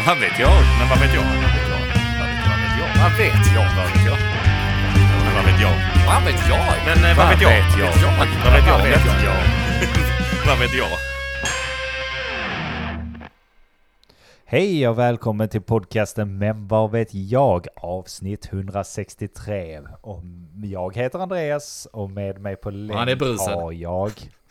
Vad vet jag? Men vad vet jag? Vad vet jag? Vad vet jag? Men vad vet jag? Vad vet jag? Men vad vet jag? Vad vet jag? Vad vet jag? Hej och välkommen till podcasten Men vad vet jag? Avsnitt 163. Och jag heter Andreas och med mig på länk har jag...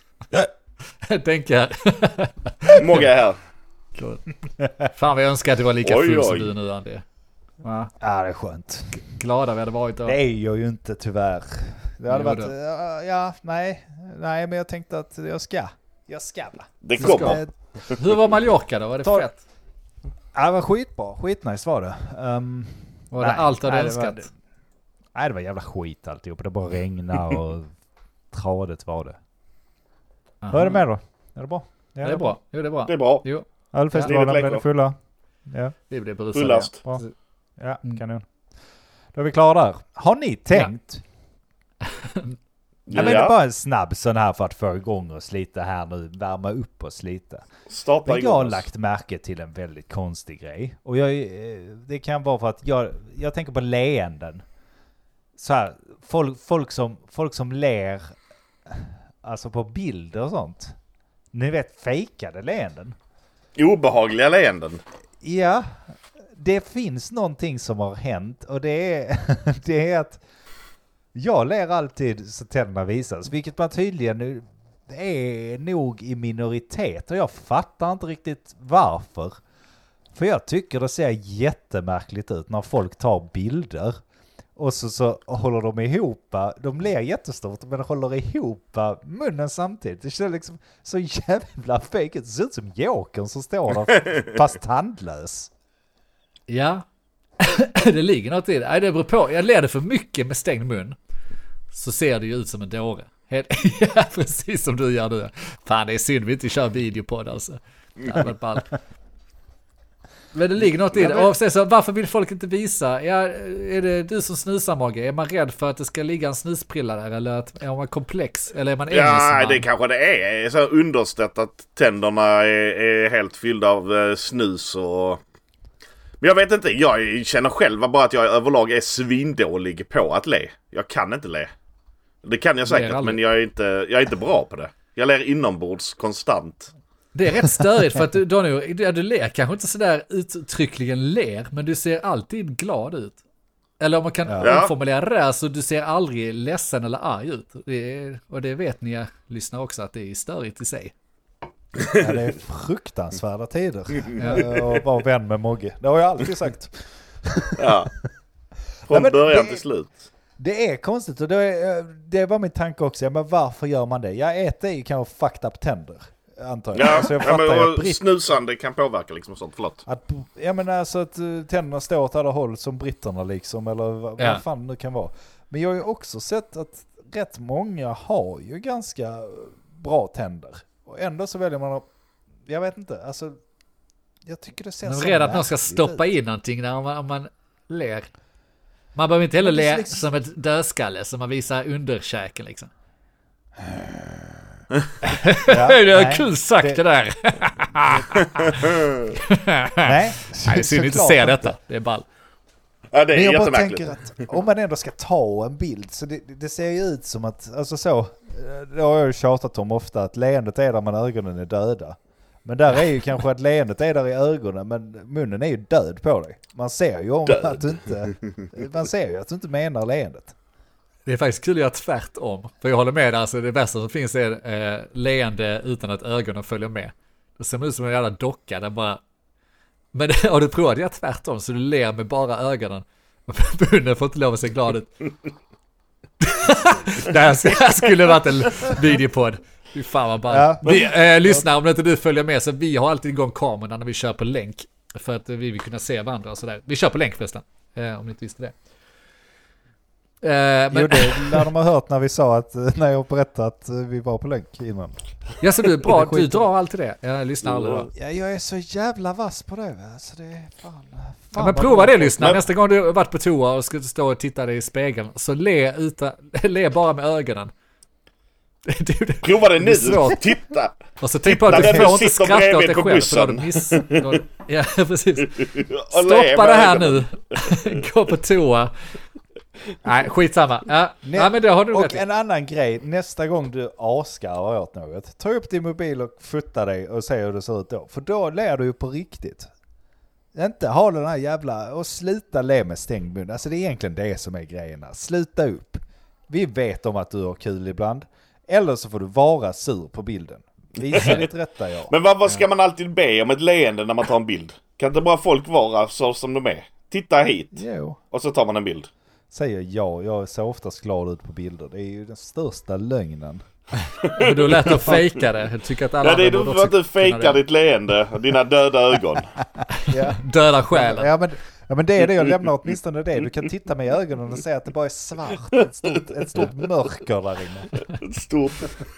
Tänker. Mogge är här. Fan vad jag önskar att det var lika full som du nu, André. Ja, det är skönt. Glada vi hade varit då. Det är jag ju inte tyvärr. Det hade varit... Nej, men jag tänkte att jag ska. Det kommer. Hur var Mallorca då? Var det fett? Ja, det var skitbra. Skitnice var det. Var det allt du hade önskat? Nej, det var jävla skit alltihop. Det bara regnade och tradigt var det. Hur är det med då? Är det bra? Ja, det är bra. Jo, det är bra. Det är bra. Jo. Ölfestivalen blev fulla. Ja. Vi blev berusade. Fullast. Bra. Ja, kanon. Då är vi klara där. Har ni tänkt? Jag menar bara en snabb sån här för att få igång oss lite här nu. Värma upp oss lite. Men jag har lagt märke till en väldigt konstig grej. Och det kan vara för att jag tänker på leenden. Så här, folk som ler alltså på bilder och sånt. Ni vet, fejkade leenden. Obehagliga leenden. Ja, det finns någonting som har hänt och det är att jag ler alltid så tänderna visas, vilket man tydligen är nog i minoritet och jag fattar inte riktigt varför. För jag tycker det ser jättemärkligt ut när folk tar bilder och så håller de ihop, de ler jättestort men håller ihop munnen samtidigt. Det känns liksom så jävla fake. Det ser ut som Jokern som står där fast tandlös. Ja, det ligger något i det. Nej, det beror på. Jag ler det för mycket med stängd mun så ser det ju ut som en dåre. Ja, precis som du gör nu. Fan, det är synd vi inte kör videopodd alltså. Men det ligger något i det. Och så, varför vill folk inte visa? Ja, är det du som snusar, Mogge? Är man rädd för att det ska ligga en snusprilla där? Eller är man komplex? Eller är man engelsman? Ja, det kanske det är. Så understött att tänderna är helt fyllda av snus och... Men jag vet inte, jag känner själv bara att jag överlag är svindålig på att le. Jag kan inte le. Det kan jag säkert, men jag är inte bra på det. Jag ler inombords konstant. Det är rätt störigt för att du ler kanske inte sådär uttryckligen ler, men du ser alltid glad ut. Eller om man kan omformulera det så du ser aldrig ledsen eller arg ut. Och det vet ni lyssnar också att det är störigt i sig. Ja, det är fruktansvärda tider att vara vän med Mogge. Det har jag alltid sagt. Ja. Från början till slut. Det är konstigt och det var min tanke också. Ja, men varför gör man det? Jag äter ju kanske fucked up tänder, antar jag. Ja, alltså jag snusande kan påverka liksom sånt, förlåt. Jag menar alltså att tänderna står åt alla håll som britterna liksom, eller vad fan det nu kan vara. Men jag har ju också sett att rätt många har ju ganska bra tänder. Och ändå så väljer man att, jag vet inte, alltså jag tycker det ser så rädd att någon ska stoppa in någonting när man ler. Man behöver inte heller le liksom... som ett dödskalle som man visar underkäken liksom. Det är kul sagt det där. Nej, synd inte se detta. Det är ball. Ja, det är men jag bara jättemärkligt. tänker att om man ändå ska ta en bild så det ser ju ut som att, alltså så, det har jag ju tjatat om ofta, att leendet är där men ögonen är döda. Men där är ju kanske att leendet är där i ögonen men munnen är ju död på dig. Man ser ju att du inte menar leendet. Det är faktiskt kul att göra tvärtom. För jag håller med, alltså det bästa som finns är leende utan att ögonen följer med. Det ser ut som en jävla docka där bara... Men har du provat att göra tvärtom så du ler med bara ögonen. Munnen får inte lov att se glad ut. Det här skulle varit en videopodd. Fy fan vad bara. Ja, lyssna, om inte du följer med så vi har alltid igång kameran när vi kör på länk. För att vi vill kunna se varandra och sådär. Vi kör på länk förresten. Om ni inte visste det. Men... Jo, det lär de ha hört när vi sa att när jag berättade att vi var på länk innan. Ja, så du är bra, du drar alltid det. Jag lyssnar aldrig då. Ja, jag är så jävla vass på det. Alltså det är fan ja, men prova det, lyssna. Nästa gång du har varit på toa och ska stå och titta dig i spegeln så le bara med ögonen. Prova det nu. svårt. Titta. Och så tänk på att du får inte skratta åt dig själv. För då du ja, precis. Stoppa det här nu. Gå på toa. Nej, skitsamma. Ja, men det har du och rätt i. en annan grej, nästa gång du asgarvar åt något, ta upp din mobil och fota dig och se hur det ser ut då. För då ler du ju på riktigt. Inte ha den här jävla, och sluta le med stängd mun. Alltså det är egentligen det som är grejerna. Sluta upp. Vi vet om att du har kul ibland. Eller så får du vara sur på bilden. Visa ditt rätta jag. Men vad ska man alltid be om ett leende när man tar en bild? Kan inte bara folk vara så som de är? Titta hit. Jo. Och så tar man en bild. Säger jag ser oftast glad ut på bilder. Det är ju den största lögnen. Men du lät att fejka det. Jag tycker att alla det är du för att du fejkar ditt leende och dina döda ögon. Ja. Döda själen. Ja men det är det jag lämnar åtminstone det. Du kan titta mig i ögonen och säga att det bara är svart. Ett stort mörker där inne. Ett stort...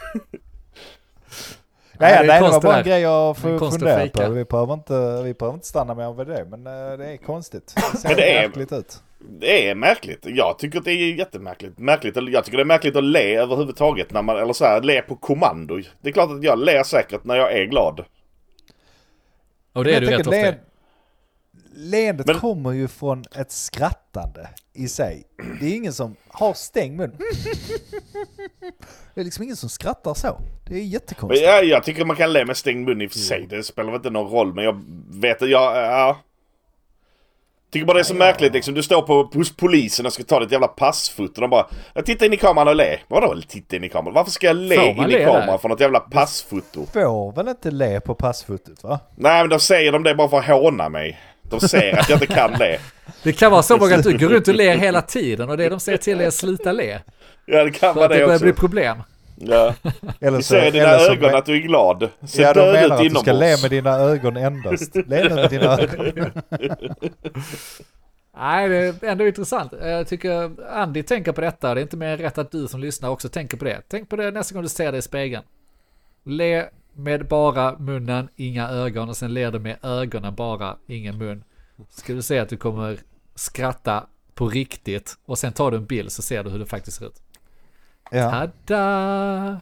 Nej, det var bara en grej jag funderar på. Vi behöver inte stanna med över det, men det är konstigt. Det ser märkligt ut. Det är märkligt. Jag tycker att det är jättemärkligt. Jag tycker det är märkligt att le överhuvudtaget när man, eller så här, le på kommando. Det är klart att jag ler säkert när jag är glad. Och det är du rätt ofta. Leendet kommer ju från ett skrattande i sig. Det är ingen som har stängd mun. Det är liksom ingen som skrattar så. Det är jättekonstigt. Jag tycker man kan le med stängd mun i och för sig. Det spelar väl inte någon roll, men jag vet att tycker bara det är så märkligt liksom. Du står hos polisen och ska ta ditt jävla passfoto och de bara, jag tittar in i kameran och le. Vadå titta in i kameran? Varför ska jag le in i kameran för något jävla passfoto? Får väl inte le på passfotot, va? Nej, men då säger de det bara för att håna mig. De säger att jag inte kan le. Det kan vara så att du går runt och ler hela tiden och det de säger till är att sluta le. Ja, det kan vara det också. Det börjar bli problem. Ja. Du ser i dina ögon att du är glad. Ja, de menar att du ska le med dina ögon endast. Le med dina ögon. Nej, det är ändå intressant. Jag tycker Andy tänker på detta. Det är inte mer rätt att du som lyssnar också tänker på det. Tänk på det nästa gång du ser det i spegeln. Le med bara munnen, inga ögon. Och sen ler du med ögonen bara, ingen mun. Ska du se att du kommer skratta på riktigt. Och sen tar du en bild så ser du hur det faktiskt ser ut. Ja. Tada!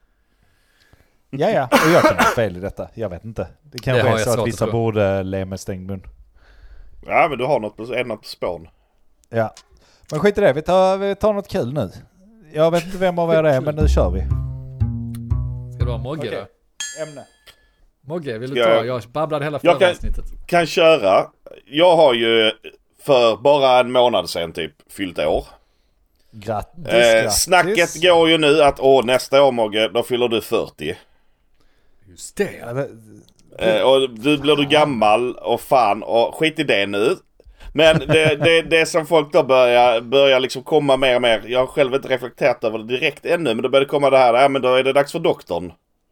Ja, och jag kan ha fel i detta. Jag vet inte. Det kanske är så att vissa borde le med stängd mun. Ja, men du har något på spån. Ja. Men skit i det. Vi tar något kul nu. Jag vet inte vem av er det är, men nu kör vi. Ska du ha Mogge då? Ämne. Mogge, vill du ta? Jag babblade hela förra avsnittet. Jag kan köra. Jag har ju för bara en månad sedan typ fyllt år. Grattis. Snacket går ju nu att nästa år, Mogge, då fyller du 40. Just det. Och du blir du gammal och fan och skit i det nu. Men det som folk då börjar liksom komma mer och mer. Jag har själv inte reflekterat över det direkt ännu, men då börjar det komma det här. Men då är det dags för doktorn.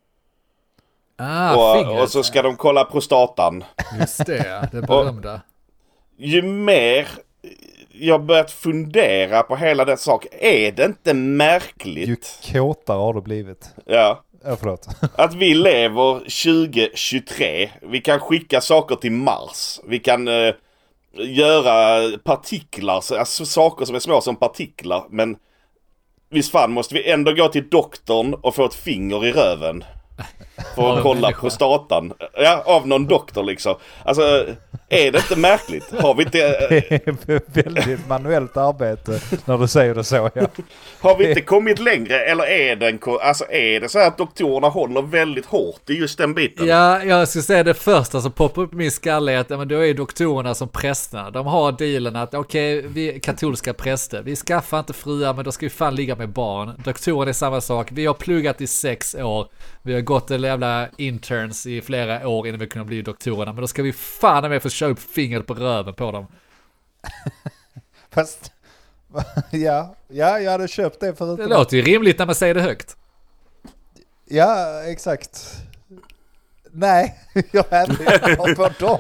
Och så ska de kolla prostatan. Just det berömda. Ju mer jag börjat fundera på hela den sak. Är det inte märkligt? Ju kåtare har det blivit. Ja. Förlåt. Att vi lever 2023. Vi kan skicka saker till Mars. Vi kan göra partiklar. Alltså saker som är små som partiklar. Men visst fan måste vi ändå gå till doktorn och få ett finger i röven. För att kolla prostatan. Ja, av någon doktor liksom. Alltså, är det inte märkligt? Har vi inte... Det är väldigt manuellt arbete när du säger det så, ja. Har vi inte kommit längre? Eller är det så här att doktorerna håller väldigt hårt i just den biten? Ja, jag skulle säga det första som poppar upp i min skalle är att men då är doktorerna som prästerna. De har dealen att vi är katolska präster. Vi skaffar inte fruar, men då ska vi fan ligga med barn. Doktorerna är samma sak. Vi har pluggat i 6 år. Vi har gått en jävla interns i flera år innan vi kunde bli doktorerna. Men då ska vi fan med få köra upp fingret på röven på dem. Fast, ja, jag hade köpt det förut. Det låter ju rimligt när man säger det högt. Ja, exakt. Nej, jag hade på dem.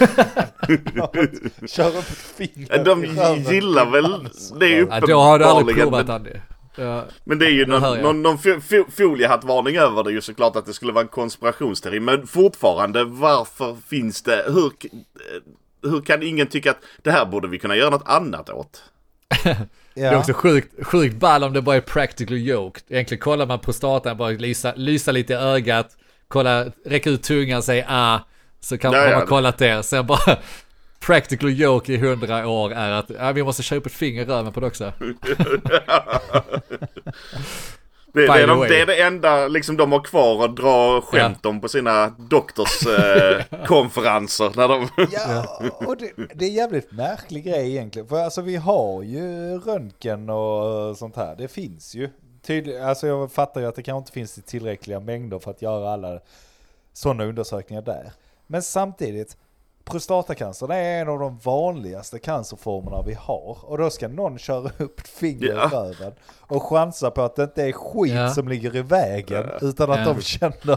Kör upp fingret. De gillar väl det är uppenbarligen. Då har du aldrig provat, Andy. Ja, men det är ju någon foliehattvarning över det ju såklart att det skulle vara en konspirationsteori. Men fortfarande, varför finns det... Hur kan ingen tycka att det här borde vi kunna göra något annat åt? Det är också sjukt ball om det bara är practical joke. Egentligen kollar man prostatan, bara lysa lite i ögat, räcka ut tungan och säga så kan man kollat det. Sen bara practical joke i 100 år är att vi måste köra upp ett finger i röven på det också. Det är det enda liksom, de har kvar att dra skämt om på sina doktorskonferenser. När de och det är jävligt märklig grej egentligen. För alltså vi har ju röntgen och sånt här. Det finns ju. Alltså jag fattar ju att det kanske inte finns i tillräckliga mängder för att göra alla sådana undersökningar där. Men samtidigt, prostatacancer är en av de vanligaste cancerformerna vi har. Och då ska någon köra upp ett finger i röven och chansa på att det inte är skit som ligger i vägen utan att de känner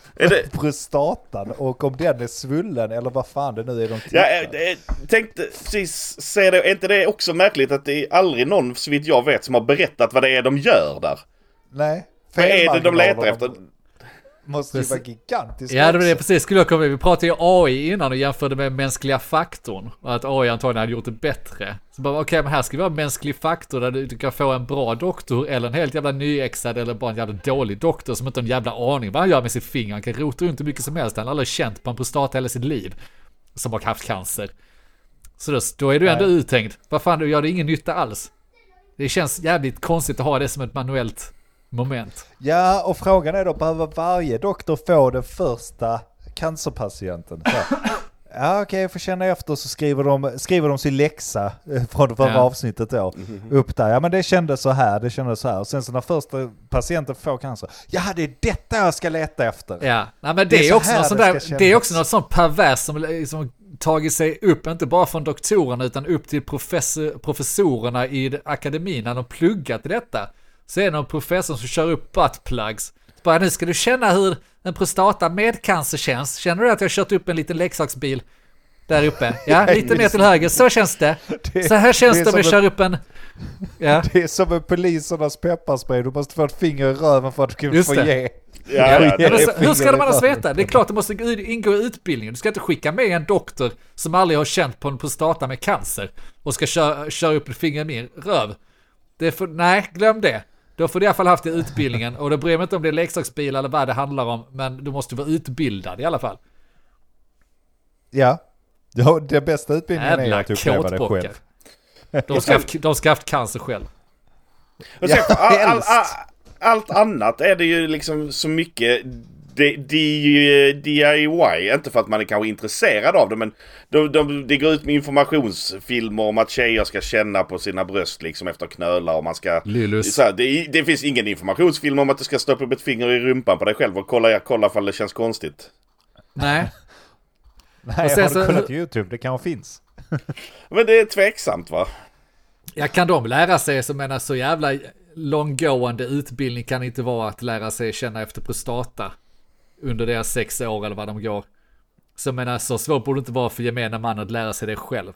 prostatan och om den är svullen eller vad fan det nu är de tittar. Jag tänkte precis säga det. Är inte det också märkligt att det är aldrig någon, så vitt jag vet, som har berättat vad det är de gör där? Nej. Vad är det de letar efter? Måste ju vara gigantiskt. Ja, det var det precis. Vi pratade ju AI innan och jämförde med mänskliga faktorn. Och att AI antagligen hade gjort det bättre. Så bara, okej, men här ska vi ha mänsklig faktor där du kan få en bra doktor eller en helt jävla nyexad eller bara en jävla dålig doktor som inte har en jävla aning vad han gör med sitt finger. Han kan rota runt hur mycket som helst. Han har aldrig känt på en prostata hela sitt liv som har haft cancer. Så då är du ändå uttänkt. Vad fan, du gör det ingen nytta alls. Det känns jävligt konstigt att ha det som ett manuellt moment. Ja, och frågan är då, behöver varje doktor få den första cancerpatienten? Ja, okej, jag får känna efter, så skriver de sin läxa från förra avsnittet då upp där. Ja, men det kändes så här. Och sen så när första patienten får cancer, ja, det är detta jag ska leta efter. Ja, nej, men det är också något sånt där, det är också något sånt pervers som tagit sig upp, inte bara från doktorerna utan upp till professorerna i akademin när de pluggat till detta. Så är det någon professor som kör upp buttplugs. Bara, nu ska du känna hur en prostata med cancer känns. Känner du att jag har kört upp en liten leksaksbil där uppe? Ja, lite mer till höger. Så känns det. Så här känns det om jag kör upp en... Ja. Det är som en polisernas pepparspray. Du måste få ett finger i röven för att kunna få ge. Hur ska de annars veta? Det är klart det måste ingå i utbildningen. Du ska inte skicka med en doktor som aldrig har känt på en prostata med cancer och ska köra upp ett finger i min röv. Nej, glöm det. Då får du i alla fall haft det i utbildningen. Och då bryr mig inte om det är leksaksbil eller vad det handlar om. Men du måste vara utbildad i alla fall. Ja, den bästa utbildningen är att uppleva det själv. De ska haft cancer själv. Allt annat är det ju liksom så mycket DIY. Inte för att man är kanske intresserad av det, men det går ut med informationsfilmer om att tjejer ska känna på sina bröst liksom efter knölar och man ska... Det finns ingen informationsfilm om att du ska stoppa upp ett finger i rumpan på dig själv och kolla ifall det känns konstigt. Nej, har du kollat YouTube? Det kanske finns. Men det är tveksamt, va? Ja, kan de lära sig som en så jävla långgående utbildning kan inte vara att lära sig känna efter prostata under deras 6 år eller vad de går. Så menar, så svårt borde det inte vara för gemene man att lära sig det själv.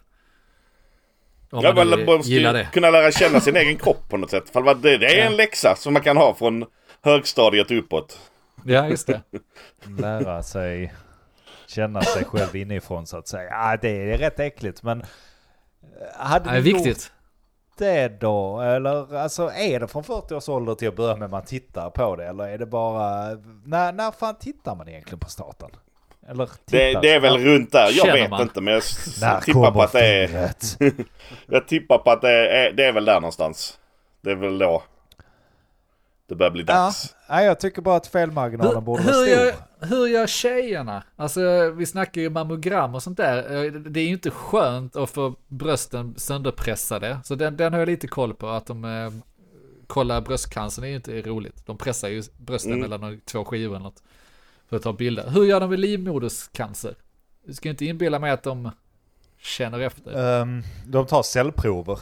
Om man måste kunna lära känna sin egen kropp på något sätt. Det är en läxa som man kan ha från högstadiet uppåt. Ja, just det. Lära sig känna sig själv inifrån så att säga. Ja, det är rätt äckligt, men hade det viktigt. Det då? Eller alltså, är det från 40 års ålder till att börja med man tittar på det? Eller är det bara... När fan tittar man egentligen på staten? Eller det är väl runt där. Jag vet inte, men jag tippar på att det är... Jag tippar på att det är väl där någonstans. Det är väl då det börjar bli dags. Ja, jag tycker bara att felmarginalen borde vara stor. Hur gör tjejerna? Alltså, vi snackar ju mammogram och sånt där. Det är ju inte skönt att få brösten sönderpressade. Så den har jag lite koll på. Att de kollar bröstcancern är ju inte roligt. De pressar ju brösten mellan 2 skivor eller något. För att ta bilder. Hur gör de med livmoderscancer? Du ska inte inbilla mig att de känner efter. De tar cellprover.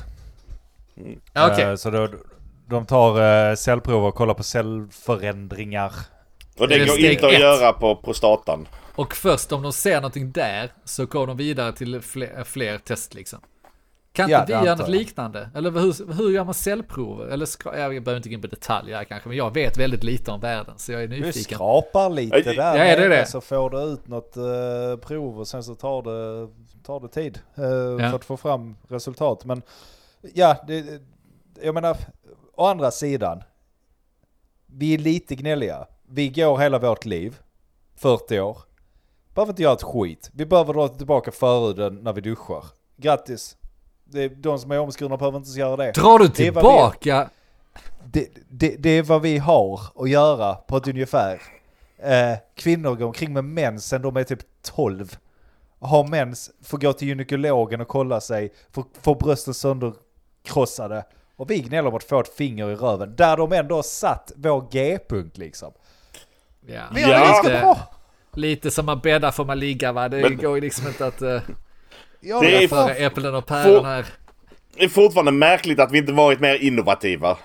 Okej. Så de tar cellprover och kollar på cellförändringar. Och det går inte att göra på prostatan. Och först om de ser någonting där så går de vidare till fler test liksom. Kan inte vi göra något liknande? Eller hur gör man cellprover? Eller jag behöver inte gå in på detaljer kanske, men jag vet väldigt lite om världen så jag är nyfiken. Du skrapar lite där. Ja, det är det. Så får du ut något prov och sen så tar det tid för att få fram resultat. Men Ja, jag menar, å andra sidan, vi är lite gnälliga. Vi går hela vårt liv, 40 år. Behöver inte göra ett skit. Vi behöver dra tillbaka förhuden när vi duschar. Grattis. De som är omskurna behöver inte göra det. Drar du tillbaka? Det är vad vi har att göra på ett ungefär. Kvinnor går omkring med mens sen de är typ 12. Har mens, får gå till gynekologen och kolla sig. Får brösten sönderkrossade. Och vi gnäller om att få ett finger i röven. Där de ändå har satt vår G-punkt liksom. Ja. Men jag är ganska bra. Lite som man bäddar får man ligga, va? Det går ju liksom inte att det är föra äpplen och päron här. Det är fortfarande märkligt att vi inte varit mer innovativa.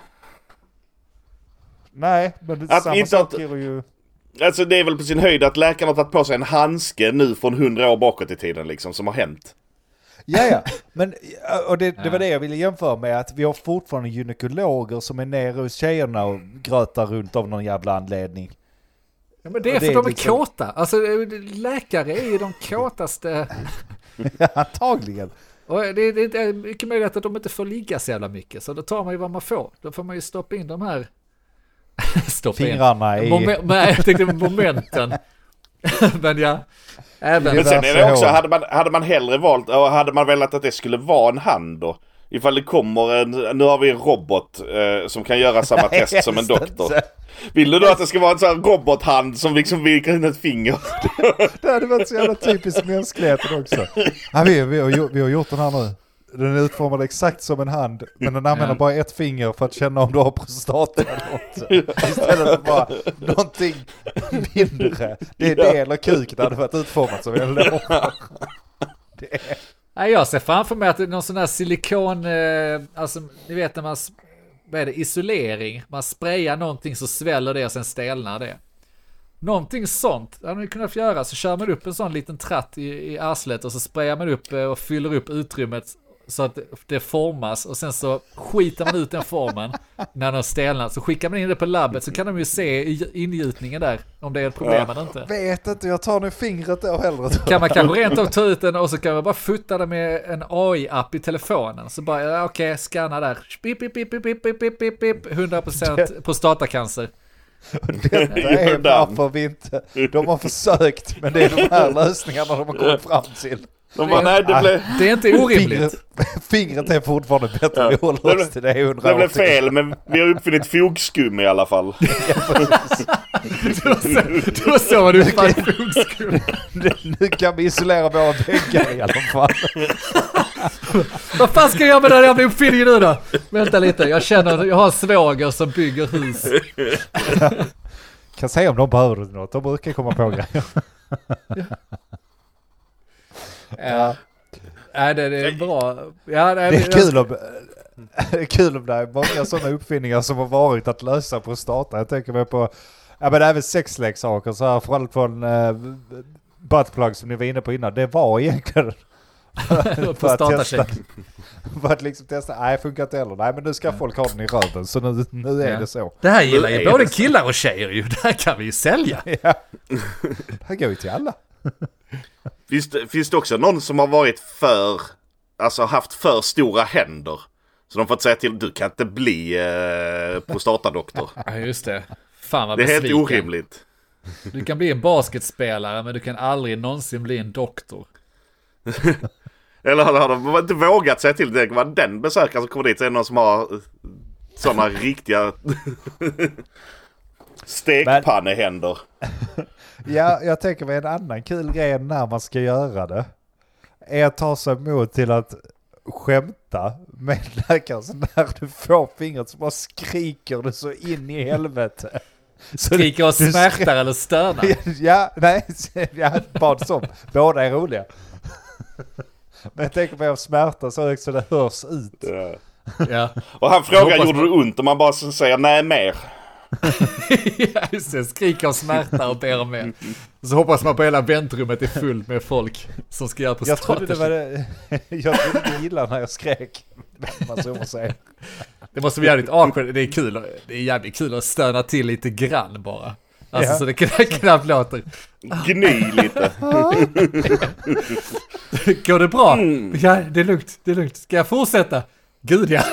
Nej, men det samma sak är ju... Alltså det är väl på sin höjd att läkarna har tagit på sig en handske nu från 100 år bakåt i tiden liksom, som har hänt. Ja. Men, och det var det jag ville jämföra med, att vi har fortfarande gynekologer som är nere hos tjejerna och grötar runt av någon jävla anledning. Ja, men det är för de är liksom... kåta. Alltså läkare är ju de kåtaste. Ja, antagligen. Och det är mycket möjligt att de inte får ligga så jävla mycket. Så då tar man ju vad man får. Då får man ju stoppa in de här fingrarna i... jag tänkte momenten. Men ja. Även. Men sen är det också, hade man hellre valt, och hade man velat att det skulle vara en hand då? Ifall det kommer nu har vi en robot som kan göra samma test som en doktor. Vill du då att det ska vara en sån här robothand som liksom viker in ett finger? Det hade varit så jävla typiskt mänskligheten också. Ja, vi har gjort den här nu. Den är utformad exakt som en hand, men den använder bara ett finger för att känna om du har prostata eller något. Istället för bara någonting mindre. Det är det eller kuk det hade varit utformat som jag lovar. Jag ser framför mig att det är någon sån här silikon, alltså ni vet när man, vad är det, isolering. Man sprayar någonting så sväller det och sen stelnar det. Någonting sånt hade man kunnat göra, så kör man upp en sån liten tratt i arslet och så sprayar man upp och fyller upp utrymmet så att det formas och sen så skitar man ut den formen när den stelnar, så skickar man in det på labbet så kan de ju se ingjutningen där om det är ett problem eller inte. Vet inte, jag tar nu fingret då hellre. Kan man kanske rent av ta ut den och så kan man bara futta det med en AI-app i telefonen, så bara okej, scanna där, pip, pip, pip, pip, pip, pip, pip, pip, 100% prostatacancer. Detta är varför vi inte, de har försökt, men det är de här lösningarna de har kommit fram till. Det är inte orimligt. Fingret är fortfarande bättre. Vi håller oss till det 100. Det blev fel, men vi har uppfunnit fogskum i alla fall. Då såg du fan fogskum. Nu kan vi isolera våra väggar i alla fall. Vad fan ska jag göra med den jävla uppfinningen nu då? Vänta lite, jag har svåger som bygger hus. Kan säga om de behöver något. De brukar komma på grejer. Ja. Nej, det är bra. Ja, det är kul om det är många sådana uppfinningar som har varit att lösa prostata. Jag tänker mig på, ja, men även sexleksaker så här, framförallt från buttplug som ni var inne på innan. Det var egentligen för att liksom testa. Nej, funkar inte heller. Nej, men nu ska folk ha den i röven, så nu är det så. Det här gillar ju både killar och tjejer ju. Det här kan vi ju sälja. Ja. Det här går ju till alla. Finns det också någon som har varit haft för stora händer? Så de fått säga till, du kan inte bli prostatadoktor. Ja, just det. Fan vad det är besviken. helt orimligt. Du kan bli en basketspelare, men du kan aldrig någonsin bli en doktor. Eller har de inte vågat säga till det? Var den besökaren som kommer dit så är det någon som har sådana riktiga stekpannehänder. Ja, jag tänker mig en annan kul grej när man ska göra det är att ta sig emot till att skämta med läkaren, så när du får fingret så bara skriker du så in i helvete. Skriker och smärtar eller stönar? Ja, nej, bara som. Båda är roliga. Men jag tänker mig att smärta så högt så det hörs ut. Ja. Och han frågar, gjorde det ont? Och man bara säger, nej, mer. Ja, just det. Skriker och smärta och ber om mer. Så hoppas man på hela väntrummet är fullt med folk som ska göra på jag trodde du gillade när jag skrek. Det måste bli jävligt awkward. Det är jävligt kul att stöna till lite grann bara. Alltså så det knappt låter. Gny lite. Går det bra? Ja, det är lugnt. Ska jag fortsätta? Gud ja.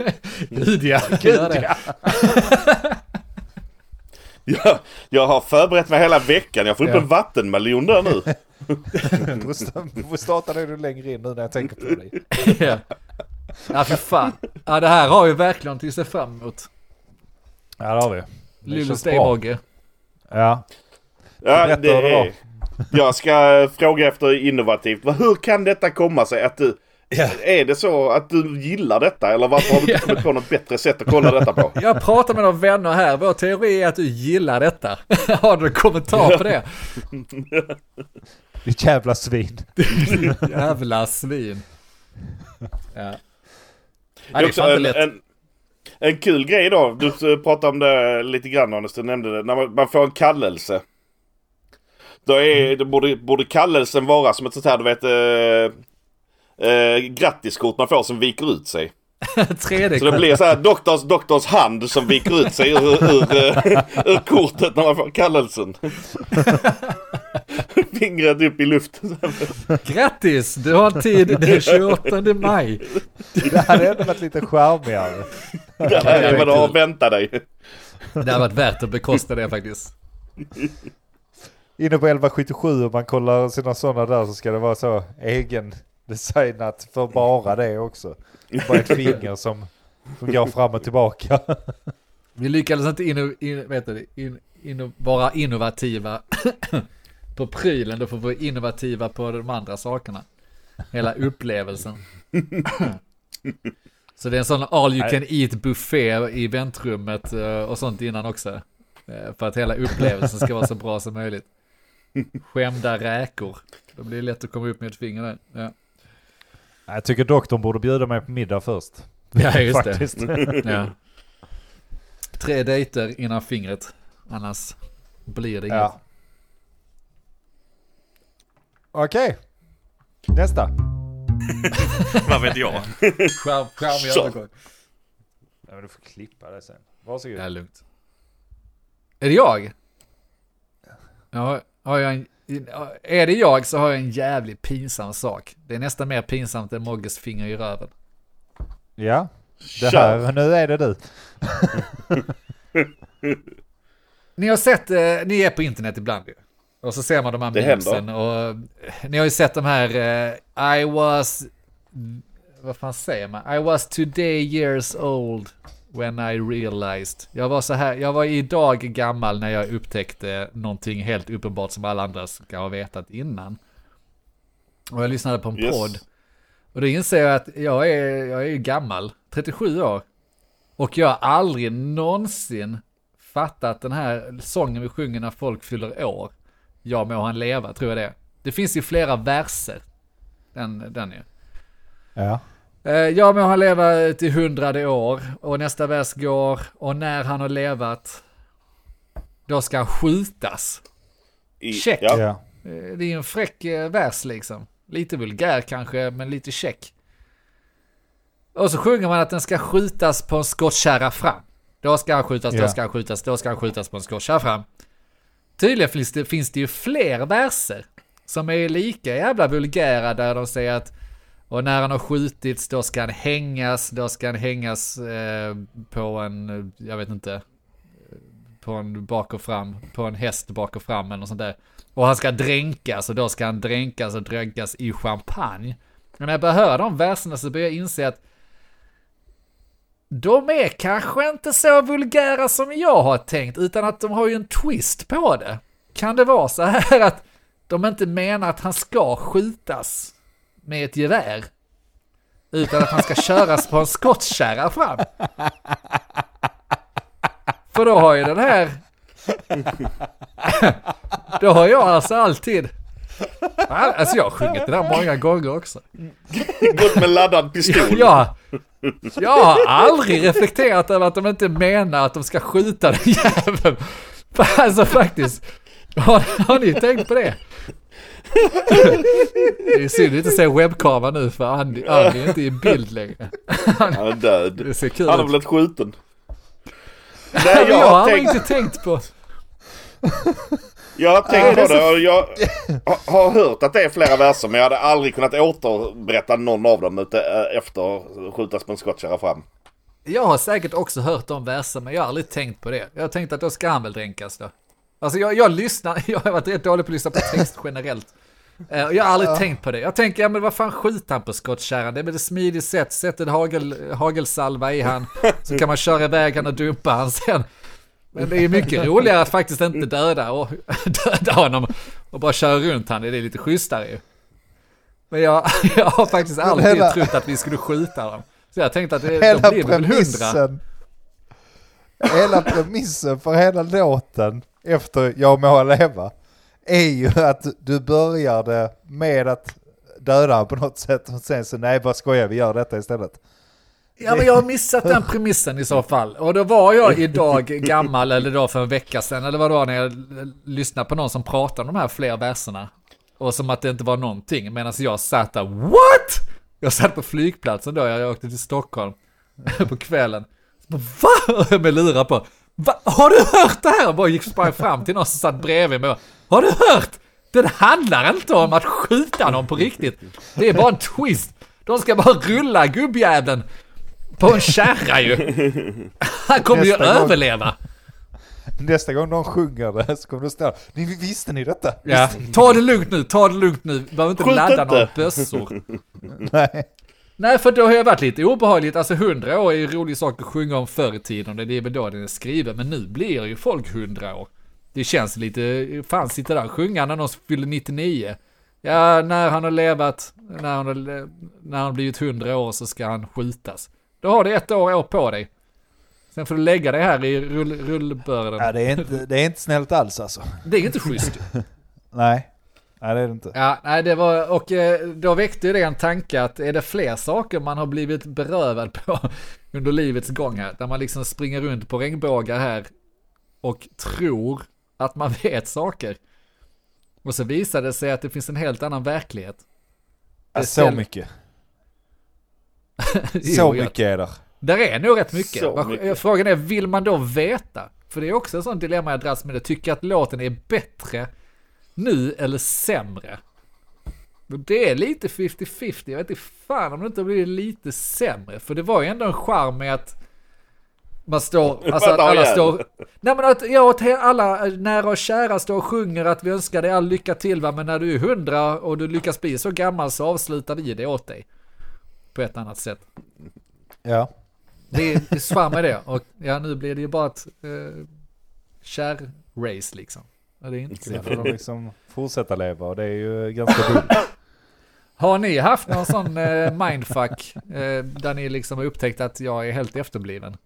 Jag har förberett mig hela veckan. Jag får upp en vattenmelon där nu. Du får starta det längre in nu när jag tänker på dig. Ja, för fan. Ja, det här har ju verkligen till sig fram emot. Ja, det har vi. Lille Steinbogge. Ja. Ja, det är... Jag ska fråga efter innovativt. Hur kan detta komma sig att du... Är det så att du gillar detta? Eller varför har du inte kommit på något bättre sätt att kolla detta på? Jag pratar med några vänner här. Vår teori är att du gillar detta. Har du en kommentar på det? Ditt jävla svin. Jävla svin. Ja. Det är också en kul grej då. Du pratade om det lite grann, Anders. Du nämnde det. När man får en kallelse. Då borde kallelsen vara som ett sånt här, du vet... grattiskort man får som viker ut sig. 3D-kort. Så det blir så här doktors hand som viker ut sig ur kortet när man får kallelsen. Fingret upp i luften. Grattis, du har tid den 28 maj. Det hade ändå varit lite charmigare. Men då vänta dig. Det har varit värt att bekosta det faktiskt. Inne på 1177 om man kollar sina sådana där så ska det vara så egen designat för bara det också. Bara ett finger som går fram och tillbaka. Vi lyckades inte vara innovativa på prylen. Då får vi vara innovativa på de andra sakerna. Hela upplevelsen. Så det är en sån all you can eat buffé i väntrummet och sånt innan också. För att hela upplevelsen ska vara så bra som möjligt. Skämda räkor. Då blir det lätt att komma upp med ett finger där. Ja. Jag tycker doktorn borde bjuda mig på middag först. Ja, just det. Ja. 3 dejter innan fingret. Annars blir det inget. Ja. Okej. Nästa. Vad vet jag? Charmig övergång. Ja, men du får klippa det sen. Varsågod. Det är lugnt. Är det jag? Ja, har jag är det jag så har jag en jävligt pinsam sak. Det är nästan mer pinsamt än Mogges finger i röven. Ja, det här, nu är det du. Ni har sett, ni är på internet ibland ju. Och så ser man de här memesen. Och ni har ju sett de här vad fan säger man? I was today years old when I realized. Jag var idag gammal när jag upptäckte någonting helt uppenbart som alla andra ska ha vetat innan. Och jag lyssnade på en podd. Och då inser jag att jag är ju gammal, 37 år. Och jag har aldrig någonsin fattat den här sången vi sjunger när folk fyller år. Jag må han leva, tror jag det. Det finns ju flera verser. Den ju. Ja. Jag må han leva till 100 år. Och nästa vers går. Och när han har levat, då ska han skjutas. Check. Ja. Det är en fräck vers liksom. Lite vulgär kanske, men lite check. Och så sjunger man att den ska skjutas på en skottkärra fram. Då ska han skjutas, då ska han skjutas, då ska han skjutas på en skottkärra fram. Tydligen finns det ju fler verser som är lika jävla vulgära, där de säger att och när han har skjutits, då ska han hängas på en, jag vet inte, på en bak och fram, på en häst bak och fram eller något sånt där. Och han ska dränkas, och då ska han dränkas i champagne. Men när jag börjar höra de verserna så börjar jag inse att de är kanske inte så vulgära som jag har tänkt, utan att de har ju en twist på det. Kan det vara så här att de inte menar att han ska skjutas med ett gevär, utan att han ska köras på en skottkärra fram? För då har ju den här då har jag alltså alltid, alltså jag har sjungit det där många gånger också. Gått med laddad pistol. Ja, jag har aldrig reflekterat över att de inte menar att de ska skjuta den jäveln. Alltså faktiskt, har ni tänkt på det? Det är synd att inte se webbkameran nu, för Andy är inte i bild längre. Han är död. Det ser kul han har ut. blivit skjuten. Nej, jag har inte tänkt på. Jag har tänkt på det och jag har hört att det är flera verser, men jag hade aldrig kunnat återberätta någon av dem efter skjutas på en skottkärra fram. Jag har säkert också hört de verser, men jag har aldrig tänkt på det. Jag har tänkt att då ska han väl dränkas då. Alltså jag lyssnar, jag har varit rätt dålig på att lyssna på text generellt. Jag har aldrig tänkt på det. Jag tänker, ja men vad fan skjuter han på skottkärran? Det är väl ett smidigt sätt. Sätt ett hagelsalva i han, så kan man köra iväg han och dumpa han sen. Men det är mycket roligare att faktiskt inte döda honom och bara köra runt han. Det är lite schysstare ju. Men jag har faktiskt aldrig trott att vi skulle skjuta honom. Så jag tänkte att det blir väl 100. Hela premissen för hela låten efter Jag må leva är ju att du började med att döda på något sätt och sen så nej, bara skojar, vi gör detta istället. Ja, men jag har missat den premissen i så fall. Och då var jag idag gammal, eller då för en vecka sedan, eller vad det var, när jag lyssnade på någon som pratade om de här fler verserna. Och som att det inte var någonting, medan jag satt där, what? Jag satt på flygplatsen då, jag åkte till Stockholm på kvällen. Va? Med lurar på. Va? Har du hört det här? Jag bara sprang fram till någon som satt bredvid mig. Har du hört? Det handlar inte om att skjuta någon på riktigt. Det är bara en twist. De ska bara rulla gubbjäveln på en kärra ju. Han kommer ju överleva. Nästa gång någon sjunger det så kommer du stå. Visste ni detta? Ja. Ta det lugnt nu. Behöver inte ladda några bössor. Nej, för då har jag varit lite obehagligt. Alltså 100 år är ju en rolig sak att sjunga om förr i tiden. Det är väl då den är skriven. Men nu blir ju folk 100 år. Det känns lite... Fan, sitter där och sjunga när någon fyller 99. Ja, när han har levat... När han har blivit 100 år så ska han skjutas. Då har du 1 år på dig. Sen får du lägga dig här i rullbörden. Ja, det är inte snällt alls alltså. Det är inte schysst. Nej, det är det inte. Ja, nej, det var... Och då väckte det en tanke att är det fler saker man har blivit berövad på under livets gång här? Där man liksom springer runt på regnbågar här och tror att man vet saker. Och så visar det sig att det finns en helt annan verklighet. Så mycket. Så mycket är det. Där är nog rätt mycket. Frågan är, vill man då veta? För det är också en sån dilemma jag dras med det. Tycker att låten är bättre nu eller sämre? Det är lite 50-50. Jag vet inte fan om det inte blir lite sämre. För det var ju ändå en charm med att man står... Alltså att alla står... Nej, men att alla nära och kära står och sjunger att vi önskar dig all lycka till, va? Men när du är 100 och du lyckas bli så gammal så avslutar vi det åt dig. På ett annat sätt. Ja. Det är svär med det. Och ja, nu blir det ju bara ett kär-race liksom. Och det är inte så. Får de liksom fortsätta leva och det är ju ganska dumt. Har ni haft någon sån mindfuck där ni liksom har upptäckt att jag är helt efterbliven?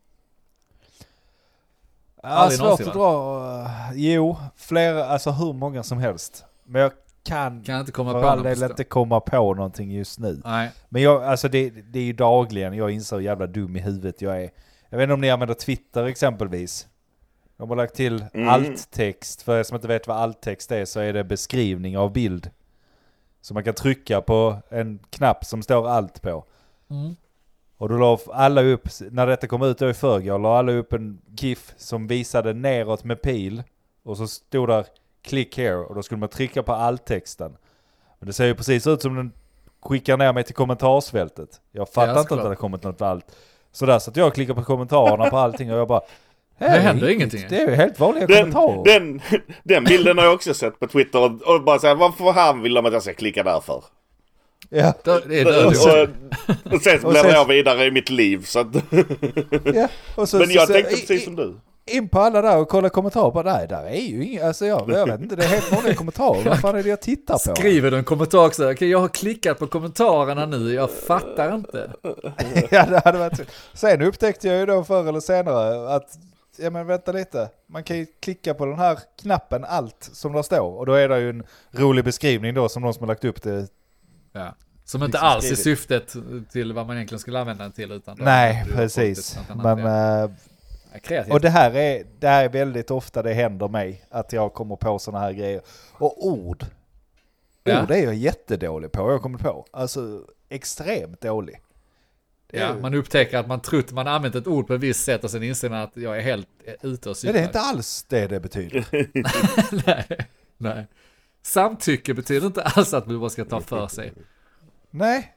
Ja, svårt att dra. Jo, flera, alltså hur många som helst. Men jag kan inte komma för på all del inte komma på någonting just nu. Nej. Men jag, alltså det är ju dagligen jag inser hur jävla dum i huvudet jag är. Jag vet inte om ni använder Twitter exempelvis. De har lagt till alttext. För er som inte vet vad alttext är så är det beskrivning av bild. Så man kan trycka på en knapp som står allt på. Mm. Och då la alla upp, när detta kom ut då i förrgår, la alla upp en GIF som visade neråt med pil. Och så stod där click here och då skulle man trycka på alttexten. Men det ser ju precis ut som den skickar ner mig till kommentarsfältet. Jag fattar inte att det har kommit något allt. Så där så att jag klickar på kommentarerna på allting och jag bara... Det händer ingenting. Det är ju helt vanliga kommentarer. Den bilden har jag också sett på Twitter och bara säga varför han vill att jag ska klicka där för. Ja. Och sen bläddrar jag vidare i mitt liv så att... Ja. Och så, men jag tänkte precis som du. In på alla där och kolla kommentarer på där är ju inga, alltså jag vet inte, det är helt vanliga kommentarer. Vad fan är det jag tittar på? Skriver du en kommentar också? Okej, jag har klickat på kommentarerna nu, jag fattar inte. Ja, det hade varit så. Sen upptäckte jag ju då förr eller senare att, ja men vänta lite, man kan ju klicka på den här knappen allt som där står. Och då är det ju en rolig beskrivning då som någon som har lagt upp det. Ja. Som inte alls är syftet till vad man egentligen skulle använda den till. Utan nej, precis. Men... och det här är väldigt ofta det händer mig att jag kommer på såna här grejer. Och ord är jag jättedålig på. Jag kommer på. Alltså extremt dålig. Ja, man upptäcker att man trott man använt ett ord på ett visst sätt och sen inser man att jag är helt ute och cyklar. Ja, det är inte alls det betyder. Nej. Nej. Samtycke betyder inte alls att man bara ska ta för sig. Nej.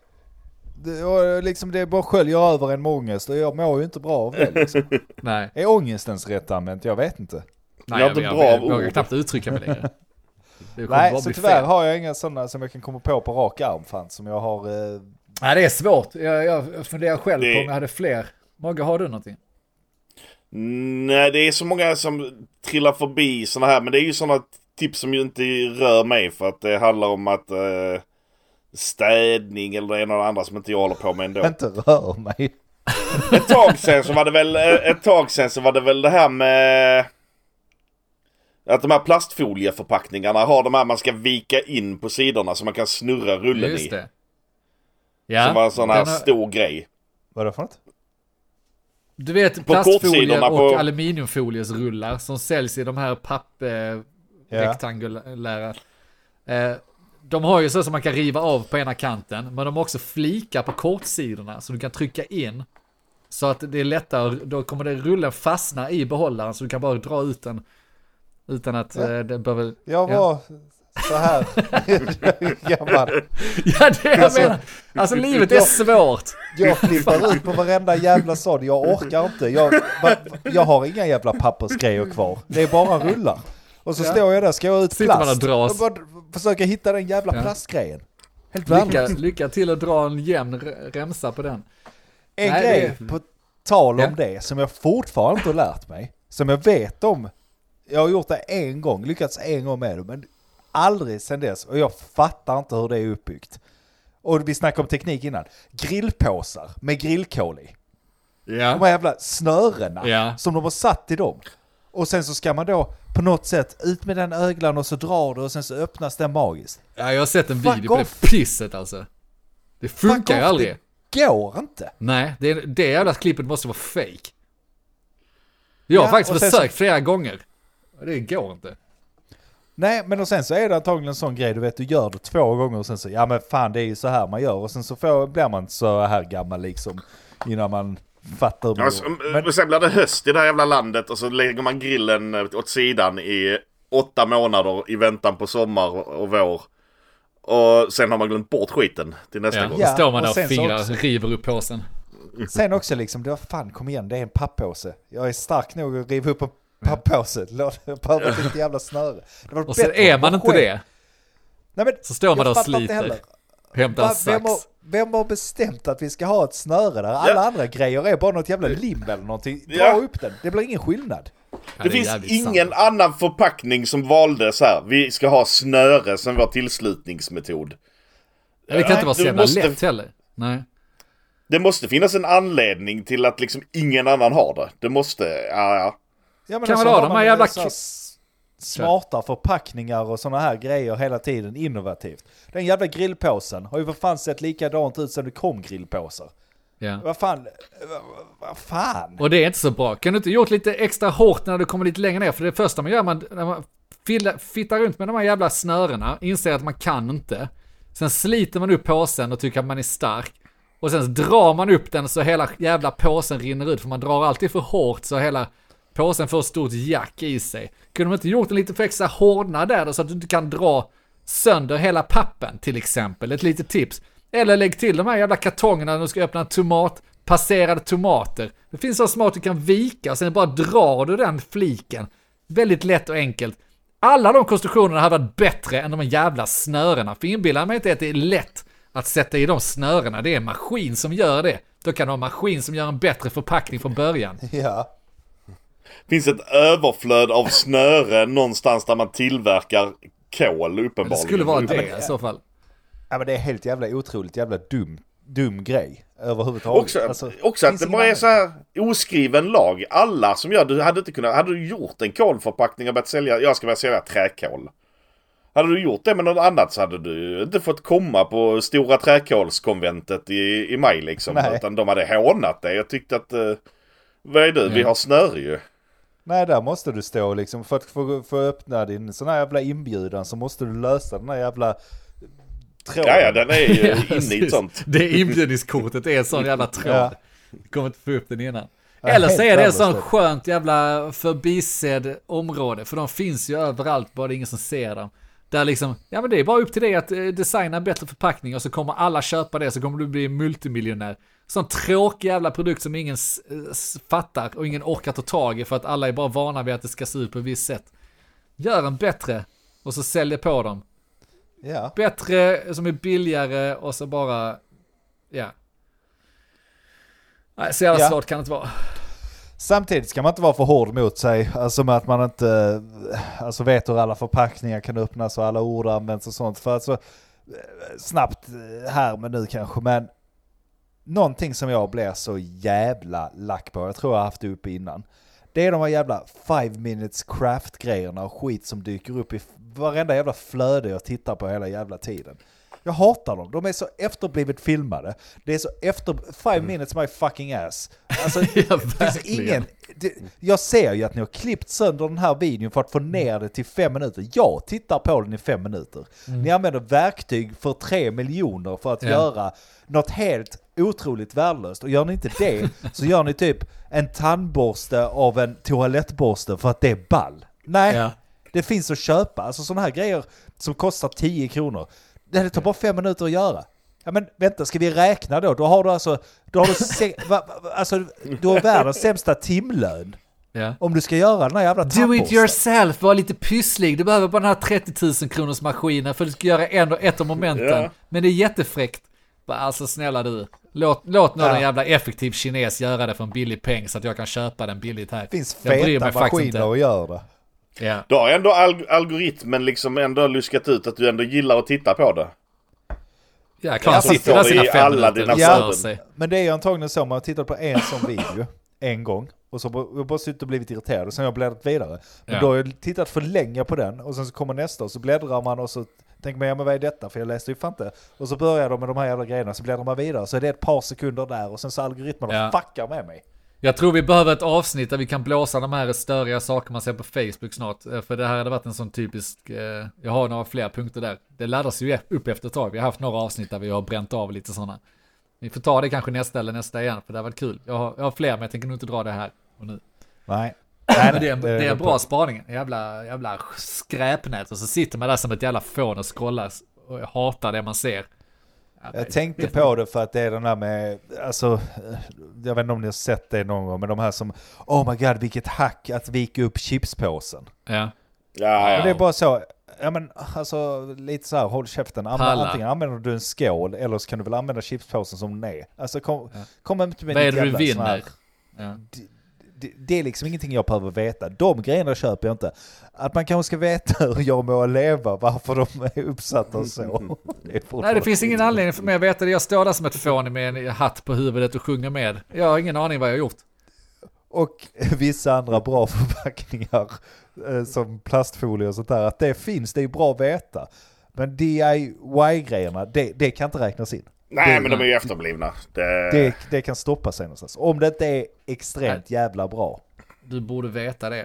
Det bara sköljer över en med ångest och jag mår ju inte bra av det. Liksom. Nej. Är ångestens rätt använt? Jag vet inte. Nej, jag vågar knappt uttrycka mig längre. Nej, så tyvärr har jag inga sådana som jag kan komma på rak arm fan, som jag har... Nej, det är svårt. Jag funderar själv på om jag hade fler. Mogge, har du någonting? Nej, det är så många som trillar förbi såna här, men det är ju såna tips som ju inte rör mig för att det handlar om att städning eller det ena och det andra som inte jag håller på med ändå. Inte rör mig. Ett tag sen så var det väl det här med att de här plastfolieförpackningarna har de här man ska vika in på sidorna så man kan snurra rullen i. Just det. Ja. Som var en sån här stor grej. Vad är det för något? Du vet plastfolie och aluminiumfoliesrullar som säljs i de här rektangulära. De har ju så som man kan riva av på ena kanten, men de har också flikar på kortsidorna så du kan trycka in så att det är lättare, då kommer det rullen fastna i behållaren så du kan bara dra ut den utan att det behöver... Jag var så här gammal. Ja, det jag menar. Alltså livet är svårt. Jag flippar ut på varenda jävla sån. Jag orkar inte. Jag har inga jävla pappersgrejer kvar. Det är bara rullar. Och så står jag där, ska jag ut plast. Och bara försöka hitta den jävla plastgrejen. Helt lycka till att dra en jämn remsa på den. Grej på tal om det som jag fortfarande inte har lärt mig. Som jag vet om. Jag har gjort det en gång, lyckats en gång med det, men aldrig sedan dess. Och jag fattar inte hur det är uppbyggt. Och vi snackade om teknik innan. Grillpåsar med grillkol i. Ja. De här jävla snörena som de har satt i dem. Och sen så ska man då på något sätt ut med den öglan och så drar det och sen så öppnas den magiskt. Ja, jag har sett en video på det pisset alltså. Det funkar ju aldrig. Det går inte. Nej, det jävla klippet måste vara fake. Jag har faktiskt försökt flera gånger. Det går inte. Nej, men och sen så är det antagligen en sån grej, du vet, du gör det 2 gånger och sen så, ja men fan det är ju så här man gör och sen så blir man inte så här gammal liksom innan man fattar hur man gör. Men sen blir det höst i det här jävla landet och så lägger man grillen åt sidan i 8 månader i väntan på sommar och vår. Och sen har man glömt bort skiten till nästa gång. Ja, så står man där och fingrar, river upp påsen. Sen också liksom, det var fan, kom igen, det är en pappåse. Jag är stark nog att riva upp en pappåse. Jag behöver inte jävla snöre. Och sen är man inte det. Nej, men så står man där och sliter. Hämtar en sax. Vem har bestämt att vi ska ha ett snöre där? Alla andra grejer är bara något jävla lim eller någonting. Dra upp den. Det blir ingen skillnad. Det finns ingen annan förpackning som valde så här. Vi ska ha snöre som vår tillslutningsmetod. Det kan inte vara så jävla lätt heller. Nej. Det måste finnas en anledning till att liksom ingen annan har det. Det måste, Ja, men kan man ha de här jävla smarta förpackningar och såna här grejer hela tiden, innovativt. Den jävla grillpåsen har ju för fan sett likadant ut som det kom grillpåsar. Ja. Vad fan? Och det är inte så bra. Kan du inte gjort lite extra hårt när du kommer lite längre ner? För det första man gör, när man fittar runt med de här jävla snörena, inser att man kan inte. Sen sliter man upp påsen och tycker att man är stark. Och sen drar man upp den så hela jävla påsen rinner ut. För man drar alltid för hårt så hela påsen får ett stort jack i sig. Kunde de inte gjort en lite för extra hårdnad där då, så att du inte kan dra sönder hela pappen till exempel? Ett litet tips. Eller lägg till de här jävla kartongerna när du ska öppna passerade tomater. Det finns så smart du kan vika och sen bara drar du den fliken. Väldigt lätt och enkelt. Alla de konstruktionerna hade varit bättre än de jävla snörena. För inbillar mig inte att det är lätt att sätta i de snörena. Det är en maskin som gör det. Då kan du ha en maskin som gör en bättre förpackning från början. Ja. Finns ett överflöd av snöre någonstans där man tillverkar kol uppenbarligen. Det skulle vara det i så fall. Ja, men det är helt jävla otroligt jävla dum grej överhuvudtaget. Också att det bara är så här oskriven lag. Alla som gör, hade du gjort en kolförpackning och börjat sälja, jag ska börja sälja träkol. Hade du gjort det med något annat så hade du inte fått komma på stora träkolskonventet i maj liksom. Nej. Utan de hade hånat det. Jag tyckte att, vad är du? Vi har snöre ju. Nej, där måste du stå liksom, för att få öppna din sån här jävla inbjudan så måste du lösa den här jävla tråden. Ja, den är ju inne i ett sånt. Det inbjudningskortet är en sån jävla tråd. Du kommer inte få upp den innan. Eller så är det ett sånt värdelöst. skönt jävla förbisedd område. För de finns ju överallt, bara det är ingen som ser dem. Där liksom, ja men det är bara upp till dig att designa bättre förpackning och så kommer alla köpa det, så kommer du bli multimiljonär. Sån tråkig jävla produkt som ingen fattar och ingen orkar ta tag i för att alla är bara vana vid att det ska se ut på ett visst sätt. Gör en bättre och så säljer på dem. Ja. Bättre som är billigare och så bara, ja. Nej, så jävla svårt kan det inte vara. Samtidigt ska man inte vara för hård mot sig. Alltså med att man inte vet hur alla förpackningar kan öppnas och alla ord används och sånt. För alltså, snabbt här men nu kanske. Men någonting som jag blir så jävla lack på, jag tror jag har haft det uppe innan. Det är de här jävla 5 minutes craft-grejerna och skit som dyker upp i varenda jävla flöde jag tittar på hela jävla tiden. Jag hatar dem. De är så efterblivet filmade. Det är så 5 minutes my fucking ass. Alltså, Ja, det finns ingen... jag ser ju att ni har klippt sönder den här videon för att få ner det till 5 minuter. Jag tittar på den i 5 minuter. Ni använder verktyg för 3 miljoner för att göra något helt otroligt värdelöst. Och gör ni inte det så gör ni typ en tandborste av en toalettborste för att det är ball. Nej, det finns att köpa. Alltså sådana här grejer som kostar 10 kronor. Det tar bara 5 minuter att göra. Ja men vänta, ska vi räkna då? Då har du du har världens sämsta timlön. Ja. Om du ska göra den här jävla tandborsten. Do it yourself, var lite pysslig. Du behöver bara den här 30 000 kronors maskinen för att du ska göra ett av momenten. Ja. Men det är jättefräckt. Alltså snälla du. Låt någon jävla effektiv kines göra det för en billig peng så att jag kan köpa den billigt här. Det finns Jag bryr feta mig faktiskt inte. maskiner att göra det. Ja. Då har ändå algoritmen liksom ändå luskat ut att du ändå gillar att titta på det. Ja, kan man så sitta där står det sina i 5 alla minuter dina och flöden. stör sig. Men det är ju antagligen så, man har tittat på en sån video en gång och så har jag bara suttit och blivit irriterad och sen har jag bläddrat vidare. Men då har jag tittat för länge på den och sen så kommer nästa och så bläddrar man och så tänker man, ja men vad är detta? För jag läste ju fan inte. Och så börjar de med de här jävla grejerna så bläddrar man vidare. Så är det ett par sekunder där och sen så algoritmerna fuckar med mig. Jag tror vi behöver ett avsnitt där vi kan blåsa de här störiga saker man ser på Facebook snart. För det här hade varit en sån typisk... jag har några fler punkter där. Det laddas ju upp efter ett tag. Vi har haft några avsnitt där vi har bränt av lite sådana. Vi får ta det kanske nästa eller nästa igen. För det har varit kul. Jag har fler men jag tänker nog inte dra det här och nu. Nej. Men det är en bra spaning. Jävla skräpnät. Och så sitter man där som ett jävla fån och scrollar. Och jag hatar det man ser. Jag tänkte på det för att det är den där med, alltså, jag vet inte om ni har sett det någon gång, men de här som, oh my god, vilket hack att vika upp chipspåsen. Ja. Men det är bara så, ja men alltså lite så här, håll käften, antingen använder du en skål eller så kan du väl använda chipspåsen som den är. Alltså kom inte med vad är ditt det du jävla vinner? sån här, det är liksom ingenting jag behöver veta. De grejerna köper jag inte. Att man kanske ska veta hur jag må leva, varför de är uppsatta så. Nej, det finns ingen anledning för mig att veta det. Jag står där som ett fån med en hatt på huvudet och sjunger med. Jag har ingen aning vad jag har gjort. Och vissa andra bra förpackningar som plastfolie och sånt där. Att det finns, det är bra att veta. Men DIY-grejerna, det kan inte räknas in. Nej, men de är ju efterblivna. Det kan stoppa sig någonstans. Om det inte är extremt jävla bra. Du borde veta det.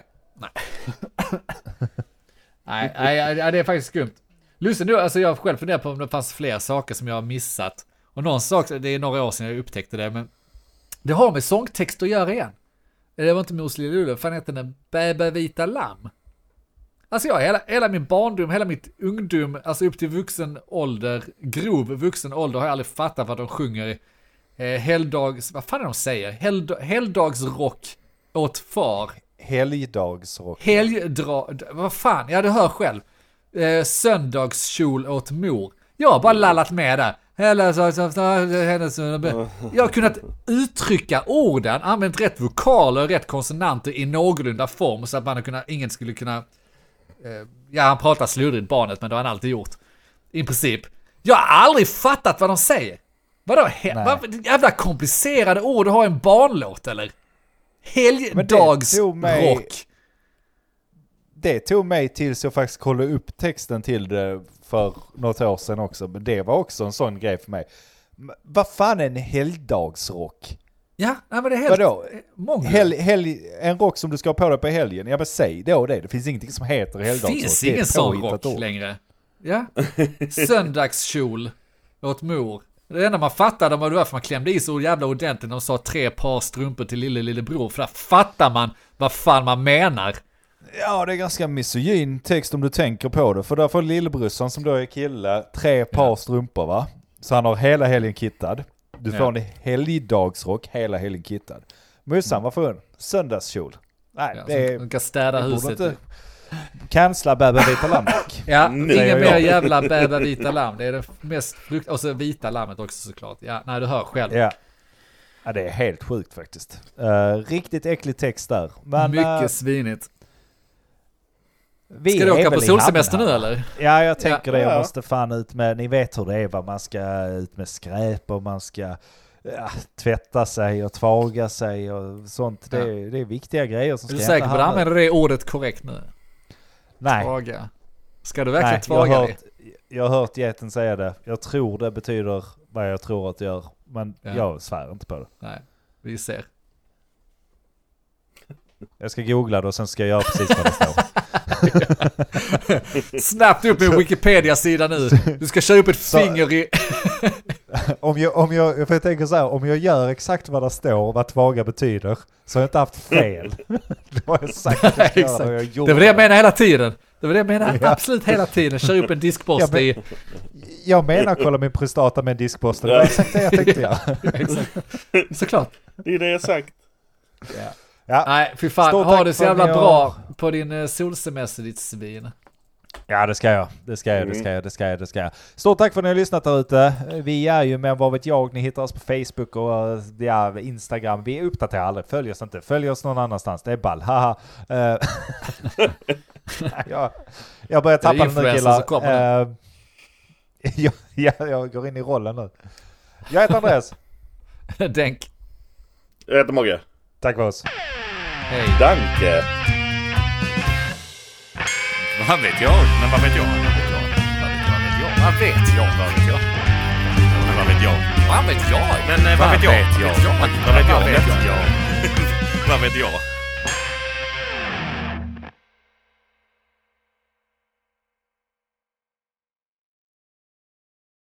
Nej, det är faktiskt skumt. Lyssna nu, alltså jag själv funderar på om det fanns fler saker som jag har missat. Och någon sak, det är några år sedan jag upptäckte det, men det har med sångtext att göra igen. Det var inte Mos Lille Lulle, fan heter den? Bäba vita lamm. Alltså hela min barndom, hela mitt ungdom, alltså upp till vuxen ålder, grov vuxen ålder, har jag aldrig fattat vad de sjunger helgdags, vad fan är de säger? Helgdagsrock åt far. Helgdagsrock. Vad fan, ja du hör själv. Söndagskjol åt mor. Jag har bara lallat med där. Jag har kunnat uttrycka orden, använt rätt vokaler och rätt konsonanter i någorlunda form så att ingen skulle kunna han pratar sludrigt barnet, men det har han alltid gjort. I princip. Jag har aldrig fattat vad de säger. Vadå? Jävla komplicerade ord att ha en barnlåt, eller? Helgdagsrock. Det tog mig tills jag faktiskt kollade upp texten till det för något år sedan också. Men det var också en sån grej för mig. Vad fan är en helgdagsrock? Ja, men det är helt... Vadå? En rock som du ska ha på dig på helgen. Ja, men säg då det. Det finns ingenting som heter helgdagsrock. Det finns ingen sån rock längre. Ja. Söndagskjol åt mor. Det enda man fattade var varför man klämde i så jävla ordentligt när de sa 3 par strumpor till lillebror. För där fattar man vad fan man menar. Ja, det är ganska misogyn text om du tänker på det. För där får lillebrorsan som då är kille 3 par strumpor, va? Så han har hela helgen kittad. Du får en helgdagsrock hela helgen kittad. Mussan, vad får hon? Söndagskjol. Nej, det är... Man kan städa huset. Kansla bäba vita lamm. Ja, inga mer jävla bäba vita lamm. Det är det mest frukt... Och så vita lammet också såklart. Ja, nej, du hör själv. Ja, det är helt sjukt faktiskt. Riktigt äcklig text där. Men, mycket svinigt. Ska du åka på solsemester nu eller? Ja, jag tänker det. Jag måste fan ut med... Ni vet hur det är, va? Man ska ut med skräp och man ska tvätta sig och tvaga sig och sånt. Det är viktiga grejer som ska hända. Är du säker på att använda det ordet korrekt nu? Nej. Tvaga. Ska du verkligen tvaga dig? Jag har hört geten säga det. Jag tror det betyder vad jag tror att det gör. Men jag svär inte på det. Nej, vi ser. Jag ska googla det och sen ska jag göra precis vad det står. Snabbt upp en Wikipedia-sida nu. Du ska köra upp ett finger i... Om jag tänker så här, om jag gör exakt vad det står och vad tvaga betyder, så har jag inte haft fel. Då har jag sagt att jag exakt. Jag det var det jag menade hela tiden. Det var det jag menade absolut hela tiden. Kör upp en diskborste i... Jag menar kolla min prostata med en diskborste. Det var exakt det jag tänkte göra. Exakt. Såklart. Det är det jag sagt. Ja. Nej, fy fan. Ha det så jävla bra på din solsemester, ditt svin. Ja, det ska jag. Det ska jag. Stort tack för att ni har lyssnat där ute. Vi är ju med Vad vet jag. Ni hittar oss på Facebook och Instagram. Vi uppdaterar aldrig. Följ oss inte. Följ oss någon annanstans. Det är ball. Haha. Jag börjar tappa den nu, killar. Jag går in i rollen nu. Jag heter Andreas. Denk. Jag heter Mogge. Tack för oss. Hej. Danke. Vad vet jag? Men vad vet jag? Vad vet jag? Men vad vet jag? Men vad vet jag? Men vad vet jag? Vad vet jag? Vad vet jag? Vad vet jag?